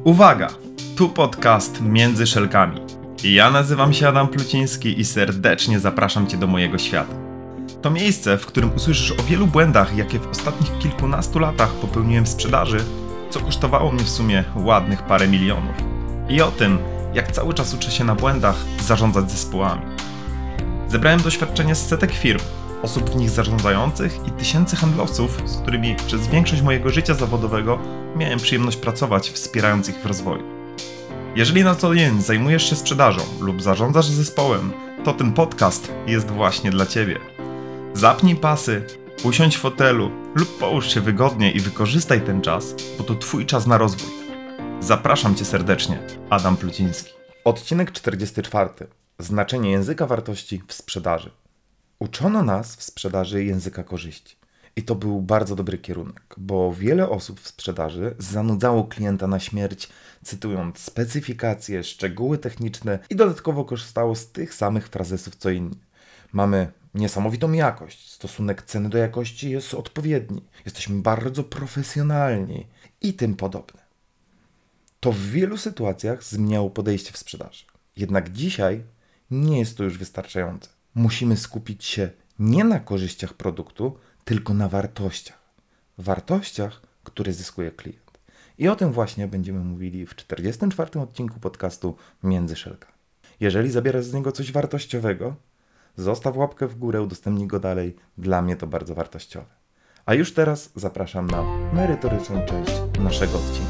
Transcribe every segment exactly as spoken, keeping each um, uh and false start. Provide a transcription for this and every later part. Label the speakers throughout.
Speaker 1: Uwaga! Tu podcast Między Szelkami. Ja nazywam się Adam Pluciński i serdecznie zapraszam Cię do mojego świata. To miejsce, w którym usłyszysz o wielu błędach, jakie w ostatnich kilkunastu latach popełniłem w sprzedaży, co kosztowało mnie w sumie ładnych parę milionów. I o tym, jak cały czas uczę się na błędach zarządzać zespołami. Zebrałem doświadczenie z setek firm, osób w nich zarządzających i tysięcy handlowców, z którymi przez większość mojego życia zawodowego miałem przyjemność pracować, wspierając ich w rozwoju. Jeżeli na co dzień zajmujesz się sprzedażą lub zarządzasz zespołem, to ten podcast jest właśnie dla Ciebie. Zapnij pasy, usiądź w fotelu lub połóż się wygodnie i wykorzystaj ten czas, bo to Twój czas na rozwój. Zapraszam Cię serdecznie, Adam Pluciński. Odcinek czterdziesty czwarty. Znaczenie języka wartości w sprzedaży. Uczono nas w sprzedaży języka korzyści. I to był bardzo dobry kierunek, bo wiele osób w sprzedaży zanudzało klienta na śmierć, cytując specyfikacje, szczegóły techniczne i dodatkowo korzystało z tych samych frazesów co inni. Mamy niesamowitą jakość, stosunek ceny do jakości jest odpowiedni, jesteśmy bardzo profesjonalni i tym podobne. To w wielu sytuacjach zmieniało podejście w sprzedaży. Jednak dzisiaj nie jest to już wystarczające. Musimy skupić się nie na korzyściach produktu, tylko na wartościach. Wartościach, które zyskuje klient. I o tym właśnie będziemy mówili w czterdziestym czwartym odcinku podcastu Między Szelkami. Jeżeli zabierasz z niego coś wartościowego, zostaw łapkę w górę, udostępnij go dalej. Dla mnie to bardzo wartościowe. A już teraz zapraszam na merytoryczną część naszego odcinka.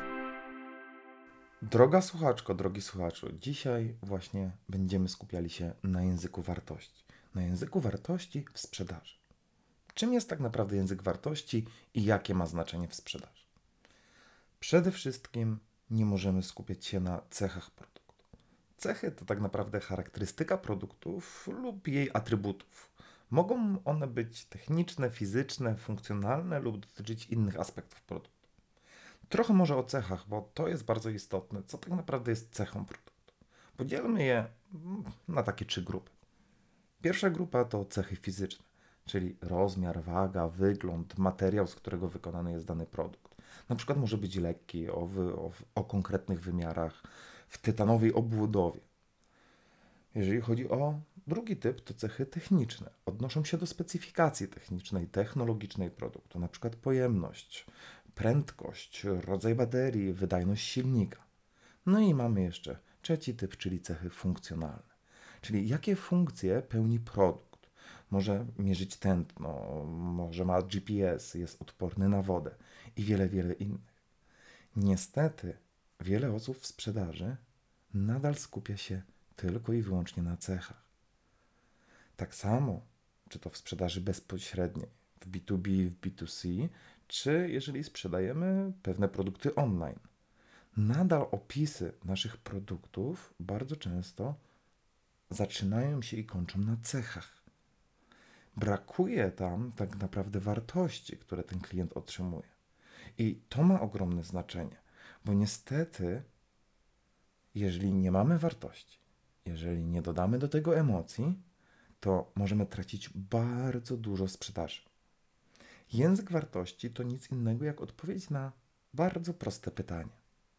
Speaker 1: Droga słuchaczko, drogi słuchaczu, dzisiaj właśnie będziemy skupiali się na języku wartości. Na języku wartości w sprzedaży. Czym jest tak naprawdę język wartości i jakie ma znaczenie w sprzedaży? Przede wszystkim nie możemy skupiać się na cechach produktu. Cechy to tak naprawdę charakterystyka produktów lub jej atrybutów. Mogą one być techniczne, fizyczne, funkcjonalne lub dotyczyć innych aspektów produktu. Trochę może o cechach, bo to jest bardzo istotne. Co tak naprawdę jest cechą produktu? Podzielmy je na takie trzy grupy. Pierwsza grupa to cechy fizyczne, czyli rozmiar, waga, wygląd, materiał, z którego wykonany jest dany produkt. Na przykład może być lekki, o, wy, o, o konkretnych wymiarach, w tytanowej obudowie. Jeżeli chodzi o drugi typ, to cechy techniczne. Odnoszą się do specyfikacji technicznej, technologicznej produktu, na przykład pojemność, prędkość, rodzaj baterii, wydajność silnika. No i mamy jeszcze trzeci typ, czyli cechy funkcjonalne. Czyli jakie funkcje pełni produkt. Może mierzyć tętno, może ma G P S, jest odporny na wodę i wiele, wiele innych. Niestety wiele osób w sprzedaży nadal skupia się tylko i wyłącznie na cechach. Tak samo, czy to w sprzedaży bezpośredniej, w B dwa B, w B dwa C, czy jeżeli sprzedajemy pewne produkty online. Nadal opisy naszych produktów bardzo często zaczynają się i kończą na cechach. Brakuje tam tak naprawdę wartości, które ten klient otrzymuje. I to ma ogromne znaczenie, bo niestety, jeżeli nie mamy wartości, jeżeli nie dodamy do tego emocji, to możemy tracić bardzo dużo sprzedaży. Język wartości to nic innego jak odpowiedź na bardzo proste pytanie.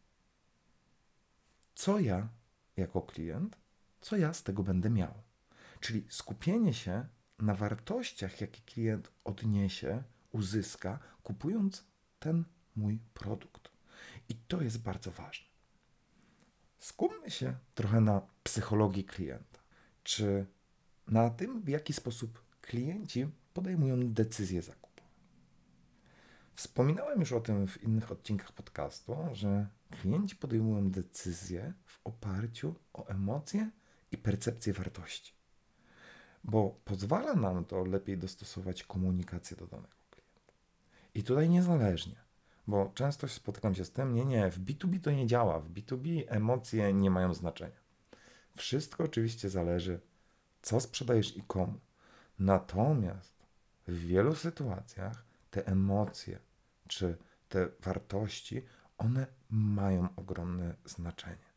Speaker 1: Co ja jako klient, co ja z tego będę miał? Czyli skupienie się na wartościach, jakie klient odniesie, uzyska, kupując ten mój produkt. I to jest bardzo ważne. Skupmy się trochę na psychologii klienta, czy na tym, w jaki sposób klienci podejmują decyzje zakupowe. Wspominałem już o tym w innych odcinkach podcastu, że klienci podejmują decyzje w oparciu o emocje i percepcję wartości. Bo pozwala nam to lepiej dostosować komunikację do danego klienta. I tutaj niezależnie, bo często spotykam się z tym, nie, nie, w B dwa B to nie działa, w B dwa B emocje nie mają znaczenia. Wszystko oczywiście zależy, co sprzedajesz i komu. Natomiast w wielu sytuacjach te emocje czy te wartości, one mają ogromne znaczenie.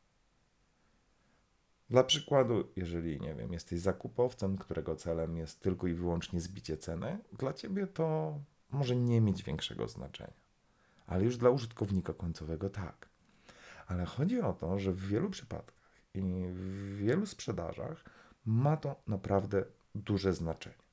Speaker 1: Dla przykładu, jeżeli, nie wiem, jesteś zakupowcem, którego celem jest tylko i wyłącznie zbicie ceny, dla Ciebie to może nie mieć większego znaczenia. Ale już dla użytkownika końcowego tak. Ale chodzi o to, że w wielu przypadkach i w wielu sprzedażach ma to naprawdę duże znaczenie.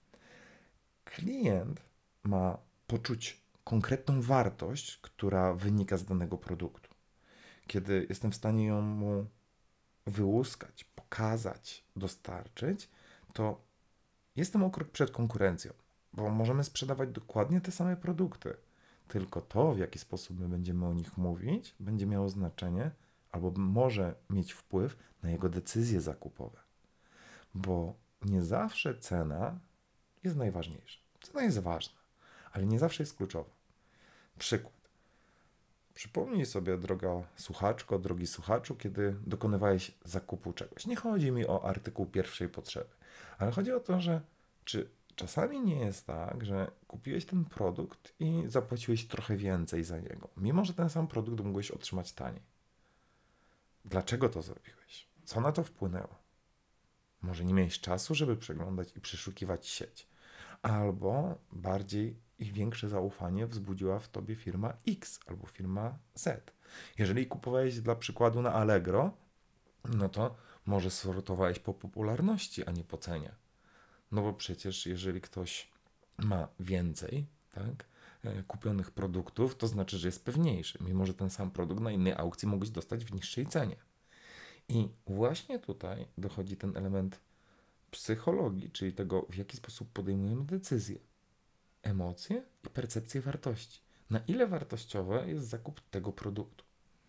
Speaker 1: Klient ma poczuć konkretną wartość, która wynika z danego produktu. Kiedy jestem w stanie ją mu wyłuskać, pokazać, dostarczyć, to jestem o krok przed konkurencją, bo możemy sprzedawać dokładnie te same produkty. Tylko to, w jaki sposób my będziemy o nich mówić, będzie miało znaczenie albo może mieć wpływ na jego decyzje zakupowe. Bo nie zawsze cena jest najważniejsza. Cena jest ważna, ale nie zawsze jest kluczowa. Przykład. Przypomnij sobie, droga słuchaczko, drogi słuchaczu, kiedy dokonywałeś zakupu czegoś. Nie chodzi mi o artykuł pierwszej potrzeby, ale chodzi o to, że czy czasami nie jest tak, że kupiłeś ten produkt i zapłaciłeś trochę więcej za niego, mimo że ten sam produkt mógłbyś otrzymać taniej. Dlaczego to zrobiłeś? Co na to wpłynęło? Może nie miałeś czasu, żeby przeglądać i przeszukiwać sieć. Albo bardziej i większe zaufanie wzbudziła w tobie firma X albo firma Z. Jeżeli kupowałeś dla przykładu na Allegro, no to może sortowałeś po popularności, a nie po cenie. No bo przecież jeżeli ktoś ma więcej, tak, e, kupionych produktów, to znaczy, że jest pewniejszy, mimo że ten sam produkt na innej aukcji mógłbyś dostać w niższej cenie. I właśnie tutaj dochodzi ten element psychologii, czyli tego, w jaki sposób podejmujemy decyzje, emocje i percepcję wartości. Na ile wartościowy jest zakup tego produktu.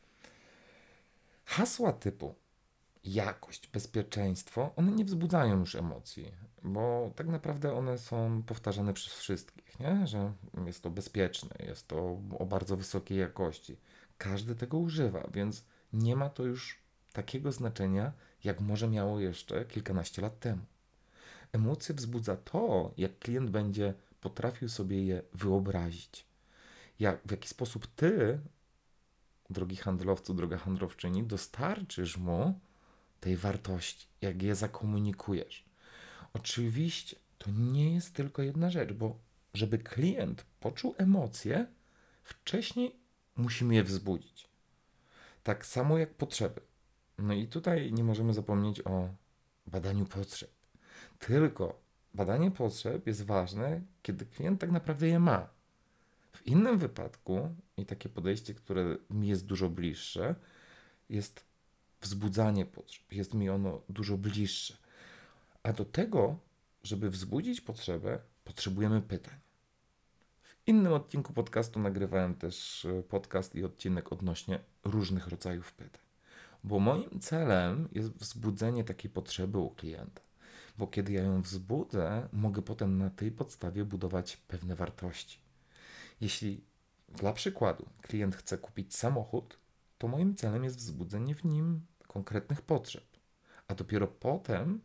Speaker 1: Hasła typu jakość, bezpieczeństwo, one nie wzbudzają już emocji, bo tak naprawdę one są powtarzane przez wszystkich, nie? Że jest to bezpieczne, jest to o bardzo wysokiej jakości. Każdy tego używa, więc nie ma to już takiego znaczenia, jak może miało jeszcze kilkanaście lat temu. Emocje wzbudza to, jak klient będzie potrafił sobie je wyobrazić. Jak, w jaki sposób ty, drogi handlowcu, droga handlowczyni, dostarczysz mu tej wartości, jak je zakomunikujesz. Oczywiście to nie jest tylko jedna rzecz, bo żeby klient poczuł emocje, wcześniej musimy je wzbudzić. Tak samo jak potrzeby. No i tutaj nie możemy zapomnieć o badaniu potrzeb. Tylko badanie potrzeb jest ważne, kiedy klient tak naprawdę je ma. W innym wypadku, i takie podejście, które mi jest dużo bliższe, jest wzbudzanie potrzeb. Jest mi ono dużo bliższe. A do tego, żeby wzbudzić potrzebę, potrzebujemy pytań. W innym odcinku podcastu nagrywałem też podcast i odcinek odnośnie różnych rodzajów pytań. Bo moim celem jest wzbudzenie takiej potrzeby u klienta. Bo kiedy ja ją wzbudzę, mogę potem na tej podstawie budować pewne wartości. Jeśli dla przykładu klient chce kupić samochód, to moim celem jest wzbudzenie w nim konkretnych potrzeb. A dopiero potem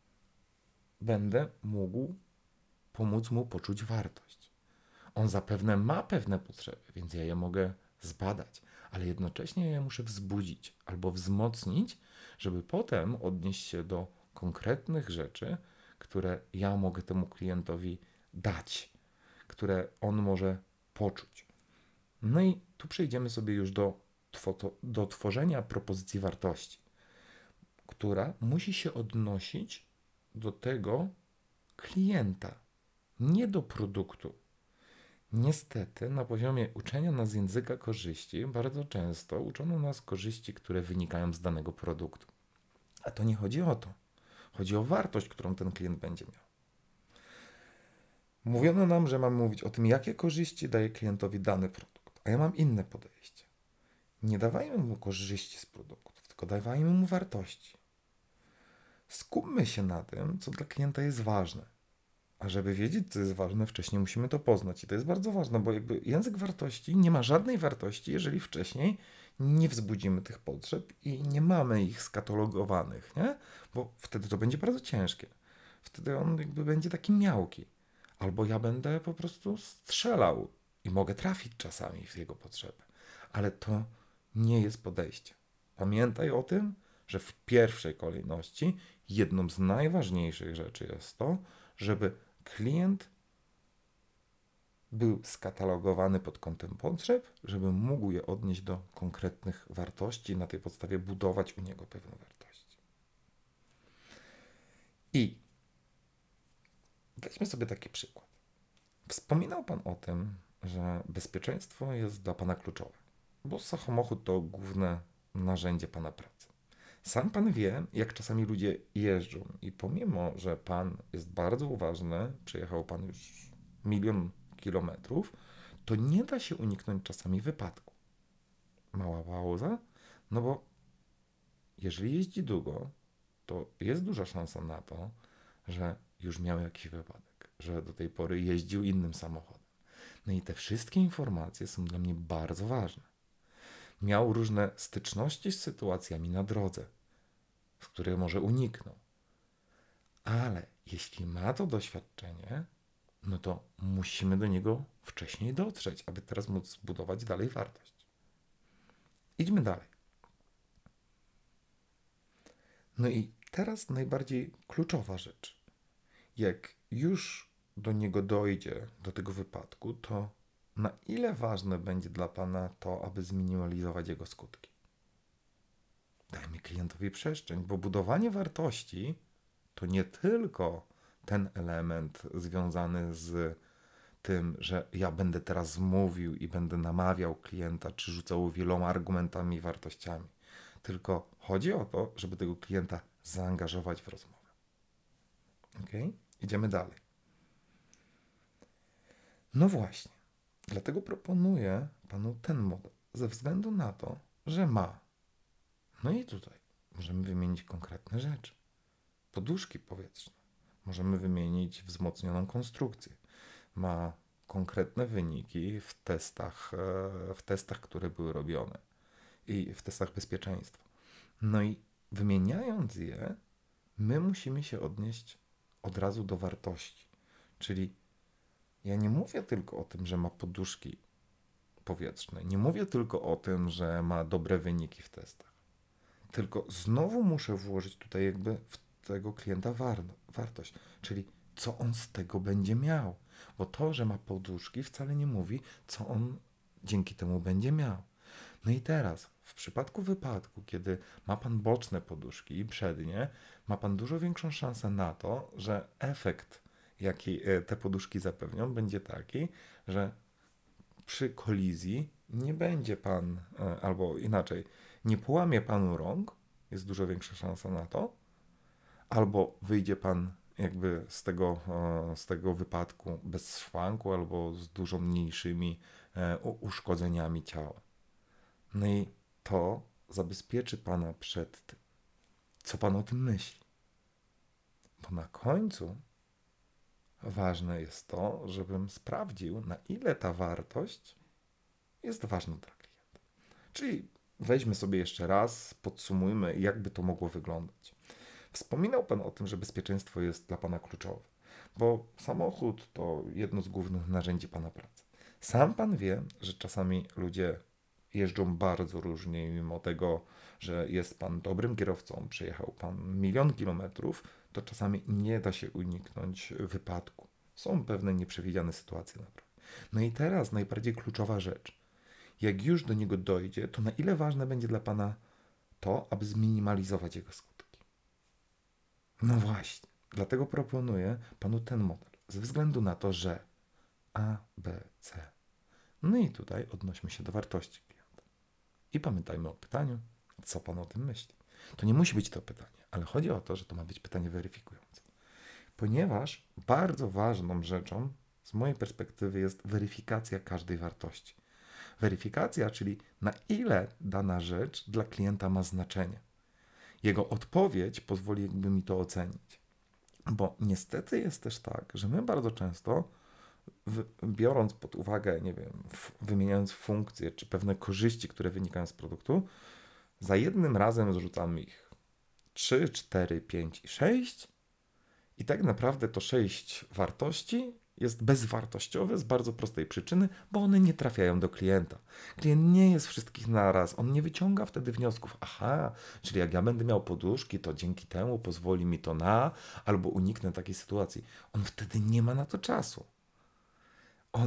Speaker 1: będę mógł pomóc mu poczuć wartość. On zapewne ma pewne potrzeby, więc ja je mogę zbadać, ale jednocześnie je muszę wzbudzić albo wzmocnić, żeby potem odnieść się do konkretnych rzeczy, które ja mogę temu klientowi dać, które on może poczuć. No i tu przejdziemy sobie już do, do tworzenia propozycji wartości, która musi się odnosić do tego klienta, nie do produktu. Niestety na poziomie uczenia nas języka korzyści bardzo często uczono nas korzyści, które wynikają z danego produktu. A to nie chodzi o to. Chodzi o wartość, którą ten klient będzie miał. Mówiono nam, że mamy mówić o tym, jakie korzyści daje klientowi dany produkt. A ja mam inne podejście. Nie dawajmy mu korzyści z produktów, tylko dawajmy mu wartości. Skupmy się na tym, co dla klienta jest ważne. A żeby wiedzieć, co jest ważne, wcześniej musimy to poznać. I to jest bardzo ważne, bo jakby język wartości nie ma żadnej wartości, jeżeli wcześniej nie wzbudzimy tych potrzeb i nie mamy ich skatalogowanych, nie? Bo wtedy to będzie bardzo ciężkie. Wtedy on jakby będzie taki miałki. Albo ja będę po prostu strzelał i mogę trafić czasami w jego potrzeby. Ale to nie jest podejście. Pamiętaj o tym, że w pierwszej kolejności jedną z najważniejszych rzeczy jest to, żeby klient był skatalogowany pod kątem potrzeb, żebym mógł je odnieść do konkretnych wartości i na tej podstawie budować u niego pewne wartości. I weźmy sobie taki przykład. Wspominał Pan o tym, że bezpieczeństwo jest dla Pana kluczowe, bo samochód to główne narzędzie Pana pracy. Sam Pan wie, jak czasami ludzie jeżdżą i pomimo, że Pan jest bardzo uważny, przejechał Pan już milion kilometrów, to nie da się uniknąć czasami wypadku. Mała pauza, no bo jeżeli jeździ długo, to jest duża szansa na to, że już miał jakiś wypadek, że do tej pory jeździł innym samochodem. No i te wszystkie informacje są dla mnie bardzo ważne. Miał różne styczności z sytuacjami na drodze, w których może uniknął. Ale jeśli ma to doświadczenie, no to musimy do niego wcześniej dotrzeć, aby teraz móc zbudować dalej wartość. Idźmy dalej. No i teraz najbardziej kluczowa rzecz. Jak już do niego dojdzie, do tego wypadku, to na ile ważne będzie dla Pana to, aby zminimalizować jego skutki? Dajmy klientowi przestrzeń, bo budowanie wartości to nie tylko ten element związany z tym, że ja będę teraz mówił i będę namawiał klienta, czy rzucał wieloma argumentami i wartościami. Tylko chodzi o to, żeby tego klienta zaangażować w rozmowę. Ok? Idziemy dalej. No właśnie. Dlatego proponuję Panu ten model. Ze względu na to, że ma. No i tutaj możemy wymienić konkretne rzeczy. Poduszki powietrzne. Możemy wymienić wzmocnioną konstrukcję. Ma konkretne wyniki w testach, w testach, które były robione i w testach bezpieczeństwa. No i wymieniając je, my musimy się odnieść od razu do wartości. Czyli ja nie mówię tylko o tym, że ma poduszki powietrzne. Nie mówię tylko o tym, że ma dobre wyniki w testach. Tylko znowu muszę włożyć tutaj jakby w tego klienta war- wartość. Czyli co on z tego będzie miał. Bo to, że ma poduszki, wcale nie mówi, co on dzięki temu będzie miał. No i teraz, w przypadku wypadku, kiedy ma Pan boczne poduszki i przednie, ma Pan dużo większą szansę na to, że efekt, jaki te poduszki zapewnią, będzie taki, że przy kolizji nie będzie Pan, albo inaczej, nie połamie Panu rąk, jest dużo większa szansa na to, albo wyjdzie Pan jakby z tego, z tego wypadku bez szwanku albo z dużo mniejszymi uszkodzeniami ciała. No i to zabezpieczy Pana przed tym. Co Pan o tym myśli? Bo na końcu ważne jest to, żebym sprawdził, na ile ta wartość jest ważna dla klienta. Czyli weźmy sobie jeszcze raz, podsumujmy, jakby to mogło wyglądać. Wspominał Pan o tym, że bezpieczeństwo jest dla Pana kluczowe, bo samochód to jedno z głównych narzędzi Pana pracy. Sam Pan wie, że czasami ludzie jeżdżą bardzo różnie, mimo tego, że jest Pan dobrym kierowcą, przejechał Pan milion kilometrów, to czasami nie da się uniknąć wypadku. Są pewne nieprzewidziane sytuacje naprawdę. No i teraz najbardziej kluczowa rzecz. Jak już do niego dojdzie, to na ile ważne będzie dla Pana to, aby zminimalizować jego skutki? No właśnie, dlatego proponuję Panu ten model, ze względu na to, że A, B, C. No i tutaj odnośmy się do wartości klienta. I pamiętajmy o pytaniu, co Pan o tym myśli. To nie musi być to pytanie, ale chodzi o to, że to ma być pytanie weryfikujące. Ponieważ bardzo ważną rzeczą z mojej perspektywy jest weryfikacja każdej wartości. Weryfikacja, czyli na ile dana rzecz dla klienta ma znaczenie. Jego odpowiedź pozwoli jakby mi to ocenić. Bo niestety jest też tak, że my bardzo często, w, biorąc pod uwagę, nie wiem, f, wymieniając funkcje czy pewne korzyści, które wynikają z produktu, za jednym razem zrzucamy ich trzy, cztery, pięć i sześć i tak naprawdę to sześć wartości jest bezwartościowe z bardzo prostej przyczyny, bo one nie trafiają do klienta. Klient nie jest wszystkich naraz, on nie wyciąga wtedy wniosków, aha, czyli jak ja będę miał poduszki, to dzięki temu pozwoli mi to na, albo uniknę takiej sytuacji. On wtedy nie ma na to czasu. On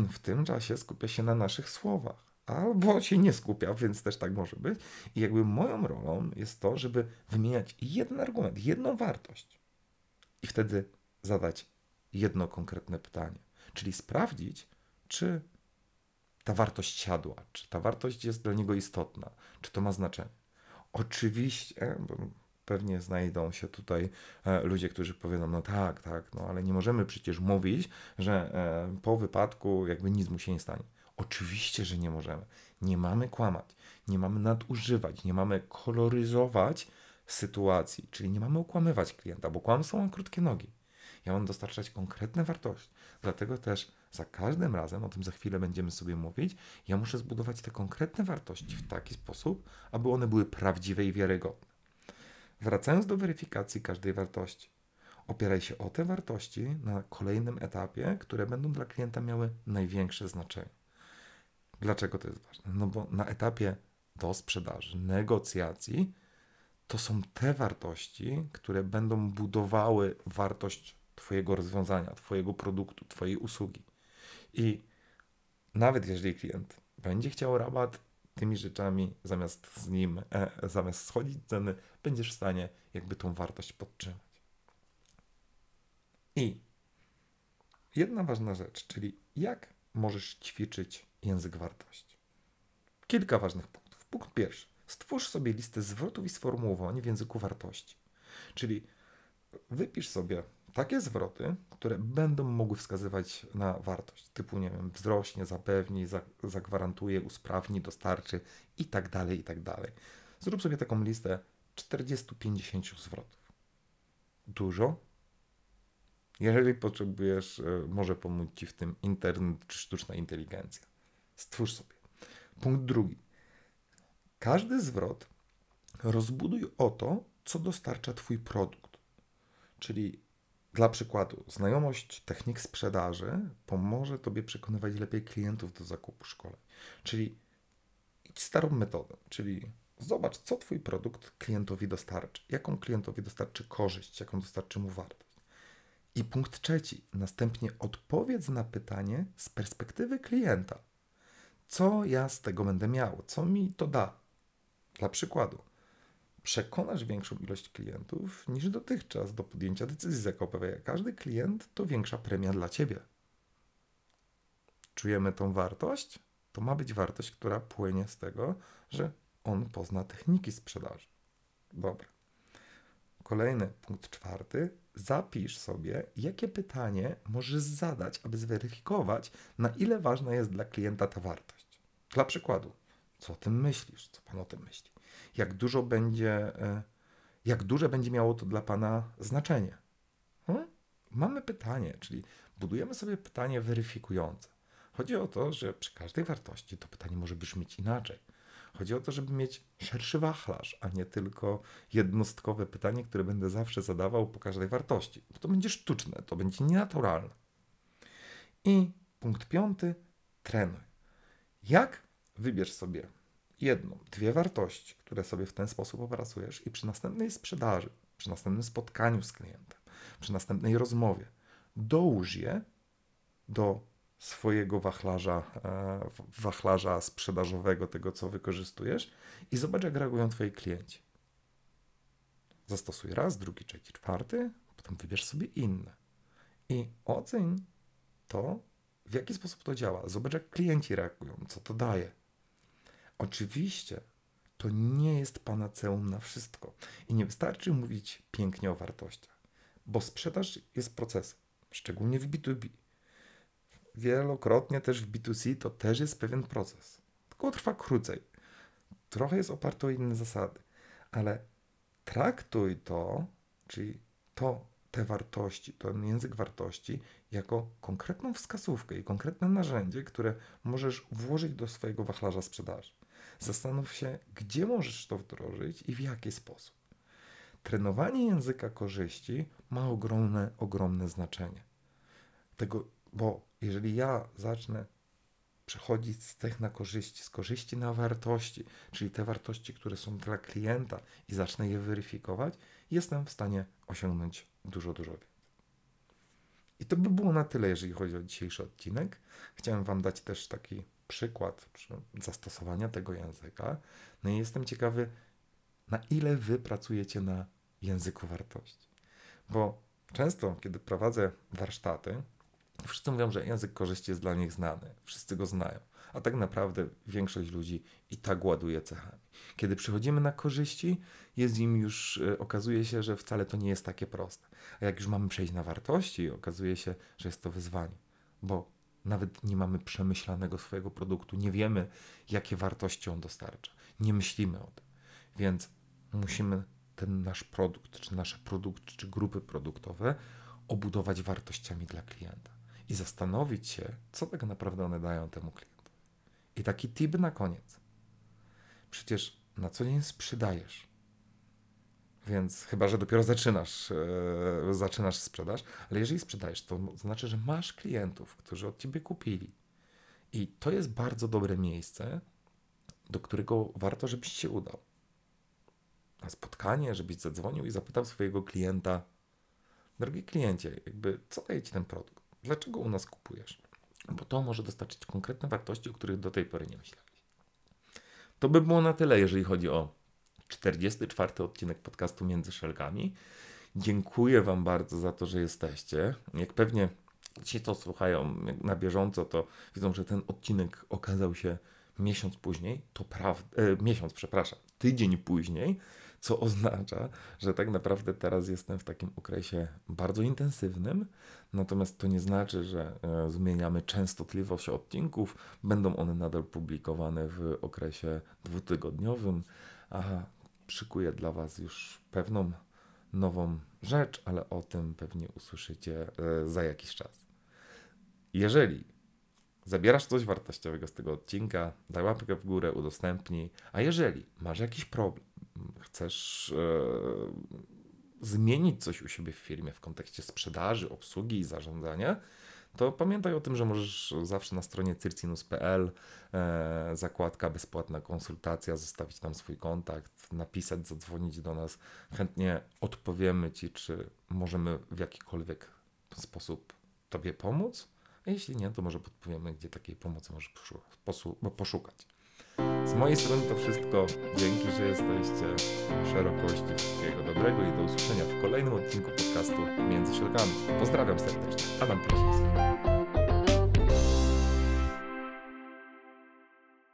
Speaker 1: on w tym czasie skupia się na naszych słowach. Albo się nie skupia, więc też tak może być. I jakby moją rolą jest to, żeby wymieniać jeden argument, jedną wartość. I wtedy zadać jedno konkretne pytanie. Czyli sprawdzić, czy ta wartość siadła, czy ta wartość jest dla niego istotna, czy to ma znaczenie. Oczywiście, bo pewnie znajdą się tutaj e, ludzie, którzy powiedzą, no tak, tak, no ale nie możemy przecież mówić, że e, po wypadku jakby nic mu się nie stanie. Oczywiście, że nie możemy. Nie mamy kłamać, nie mamy nadużywać, nie mamy koloryzować sytuacji, czyli nie mamy okłamywać klienta, bo kłamstwo ma krótkie nogi. Ja mam dostarczać konkretne wartości. Dlatego też za każdym razem, o tym za chwilę będziemy sobie mówić, ja muszę zbudować te konkretne wartości w taki sposób, aby one były prawdziwe i wiarygodne. Wracając do weryfikacji każdej wartości, opieraj się o te wartości na kolejnym etapie, które będą dla klienta miały największe znaczenie. Dlaczego to jest ważne? No bo na etapie do sprzedaży, negocjacji, to są te wartości, które będą budowały wartość Twojego rozwiązania, Twojego produktu, Twojej usługi. I nawet jeżeli klient będzie chciał rabat, tymi rzeczami zamiast z nim, e, zamiast schodzić ceny, będziesz w stanie jakby tą wartość podtrzymać. I jedna ważna rzecz, czyli jak możesz ćwiczyć język wartości. Kilka ważnych punktów. Punkt pierwszy. Stwórz sobie listę zwrotów i sformułowań w języku wartości. Czyli wypisz sobie takie zwroty, które będą mogły wskazywać na wartość, typu, nie wiem, wzrośnie, zapewni, zagwarantuje, usprawni, dostarczy i tak dalej, i tak dalej. Zrób sobie taką listę czterdzieści do pięćdziesięciu zwrotów. Dużo? Jeżeli potrzebujesz, może pomóc Ci w tym internet czy sztuczna inteligencja. Stwórz sobie. Punkt drugi. Każdy zwrot rozbuduj o to, co dostarcza Twój produkt. Czyli dla przykładu, znajomość technik sprzedaży pomoże Tobie przekonywać lepiej klientów do zakupu szkoleń. Czyli idź starą metodą, czyli zobacz, co Twój produkt klientowi dostarczy, jaką klientowi dostarczy korzyść, jaką dostarczy mu wartość. I punkt trzeci, następnie odpowiedz na pytanie z perspektywy klienta. Co ja z tego będę miał? Co mi to da? Dla przykładu, przekonasz większą ilość klientów niż dotychczas do podjęcia decyzji zakupowej. Każdy klient to większa premia dla Ciebie. Czujemy tą wartość? To ma być wartość, która płynie z tego, że on pozna techniki sprzedaży. Dobra. Kolejny punkt czwarty. Zapisz sobie, jakie pytanie możesz zadać, aby zweryfikować, na ile ważna jest dla klienta ta wartość. Dla przykładu, co o tym myślisz? Co Pan o tym myśli? Jak dużo będzie, jak duże będzie miało to dla Pana znaczenie? Hmm? Mamy pytanie, czyli budujemy sobie pytanie weryfikujące. Chodzi o to, że przy każdej wartości to pytanie może brzmieć inaczej. Chodzi o to, żeby mieć szerszy wachlarz, a nie tylko jednostkowe pytanie, które będę zawsze zadawał po każdej wartości. Bo to będzie sztuczne, to będzie nienaturalne. I punkt piąty, trenuj. Jak? Wybierz sobie jedną, dwie wartości, które sobie w ten sposób opracujesz i przy następnej sprzedaży, przy następnym spotkaniu z klientem, przy następnej rozmowie dołóż je do swojego wachlarza, e, wachlarza sprzedażowego, tego co wykorzystujesz i zobacz, jak reagują Twoi klienci. Zastosuj raz, drugi, trzeci, czwarty, potem wybierz sobie inne i oceń to, w jaki sposób to działa. Zobacz, jak klienci reagują, co to daje. Oczywiście to nie jest panaceum na wszystko i nie wystarczy mówić pięknie o wartościach, bo sprzedaż jest procesem, szczególnie w B dwa B. Wielokrotnie też w B dwa C to też jest pewien proces, tylko trwa krócej. Trochę jest oparty o inne zasady, ale traktuj to, czyli to, te wartości, ten język wartości jako konkretną wskazówkę i konkretne narzędzie, które możesz włożyć do swojego wachlarza sprzedaży. Zastanów się, gdzie możesz to wdrożyć i w jaki sposób. Trenowanie języka korzyści ma ogromne, ogromne znaczenie. Tego, bo jeżeli ja zacznę przechodzić z tych na korzyści, z korzyści na wartości, czyli te wartości, które są dla klienta i zacznę je weryfikować, jestem w stanie osiągnąć dużo, dużo więcej. I to by było na tyle, jeżeli chodzi o dzisiejszy odcinek. Chciałem Wam dać też taki przykład zastosowania tego języka. No i jestem ciekawy, na ile Wy pracujecie na języku wartości. Bo często, kiedy prowadzę warsztaty, wszyscy mówią, że język korzyści jest dla nich znany. Wszyscy go znają. A tak naprawdę większość ludzi i tak ładuje cechami. Kiedy przychodzimy na korzyści, jest im już, y, okazuje się, że wcale to nie jest takie proste. A jak już mamy przejść na wartości, okazuje się, że jest to wyzwanie. Bo nawet nie mamy przemyślanego swojego produktu, nie wiemy, jakie wartości on dostarcza. Nie myślimy o tym. Więc musimy ten nasz produkt, czy nasze produkty, czy grupy produktowe obudować wartościami dla klienta i zastanowić się, co tak naprawdę one dają temu klientowi. I taki tip na koniec. Przecież na co dzień sprzedajesz. Więc chyba, że dopiero zaczynasz, e, zaczynasz sprzedaż, ale jeżeli sprzedajesz, to znaczy, że masz klientów, którzy od ciebie kupili. I to jest bardzo dobre miejsce, do którego warto, żebyś się udał. Na spotkanie, żebyś zadzwonił i zapytał swojego klienta: drogi kliencie, jakby co daje ci ten produkt? Dlaczego u nas kupujesz? Bo to może dostarczyć konkretne wartości, o których do tej pory nie myślałeś. To by było na tyle, jeżeli chodzi o czterdziesty czwarty odcinek podcastu Między Szelkami. Dziękuję Wam bardzo za to, że jesteście. Jak pewnie ci, co słuchają na bieżąco, to widzą, że ten odcinek okazał się miesiąc później. To prawda, e, miesiąc, przepraszam, tydzień później, co oznacza, że tak naprawdę teraz jestem w takim okresie bardzo intensywnym, natomiast to nie znaczy, że e, zmieniamy częstotliwość odcinków. Będą one nadal publikowane w okresie dwutygodniowym, a szykuję dla Was już pewną nową rzecz, ale o tym pewnie usłyszycie e, za jakiś czas. Jeżeli zabierasz coś wartościowego z tego odcinka, daj łapkę w górę, udostępnij, a jeżeli masz jakiś problem, chcesz e, zmienić coś u siebie w firmie w kontekście sprzedaży, obsługi i zarządzania, to pamiętaj o tym, że możesz zawsze na stronie cyrcinus kropka p l e, zakładka bezpłatna konsultacja, zostawić tam swój kontakt, napisać, zadzwonić do nas. Chętnie odpowiemy Ci, czy możemy w jakikolwiek sposób Tobie pomóc. A jeśli nie, to może podpowiemy, gdzie takiej pomocy możesz poszukać. Z mojej strony to wszystko. Dzięki, że jesteście. Szerokości, wszystkiego dobrego i do usłyszenia w kolejnym odcinku podcastu Między Szelkami. Pozdrawiam serdecznie. Adam Prosiński.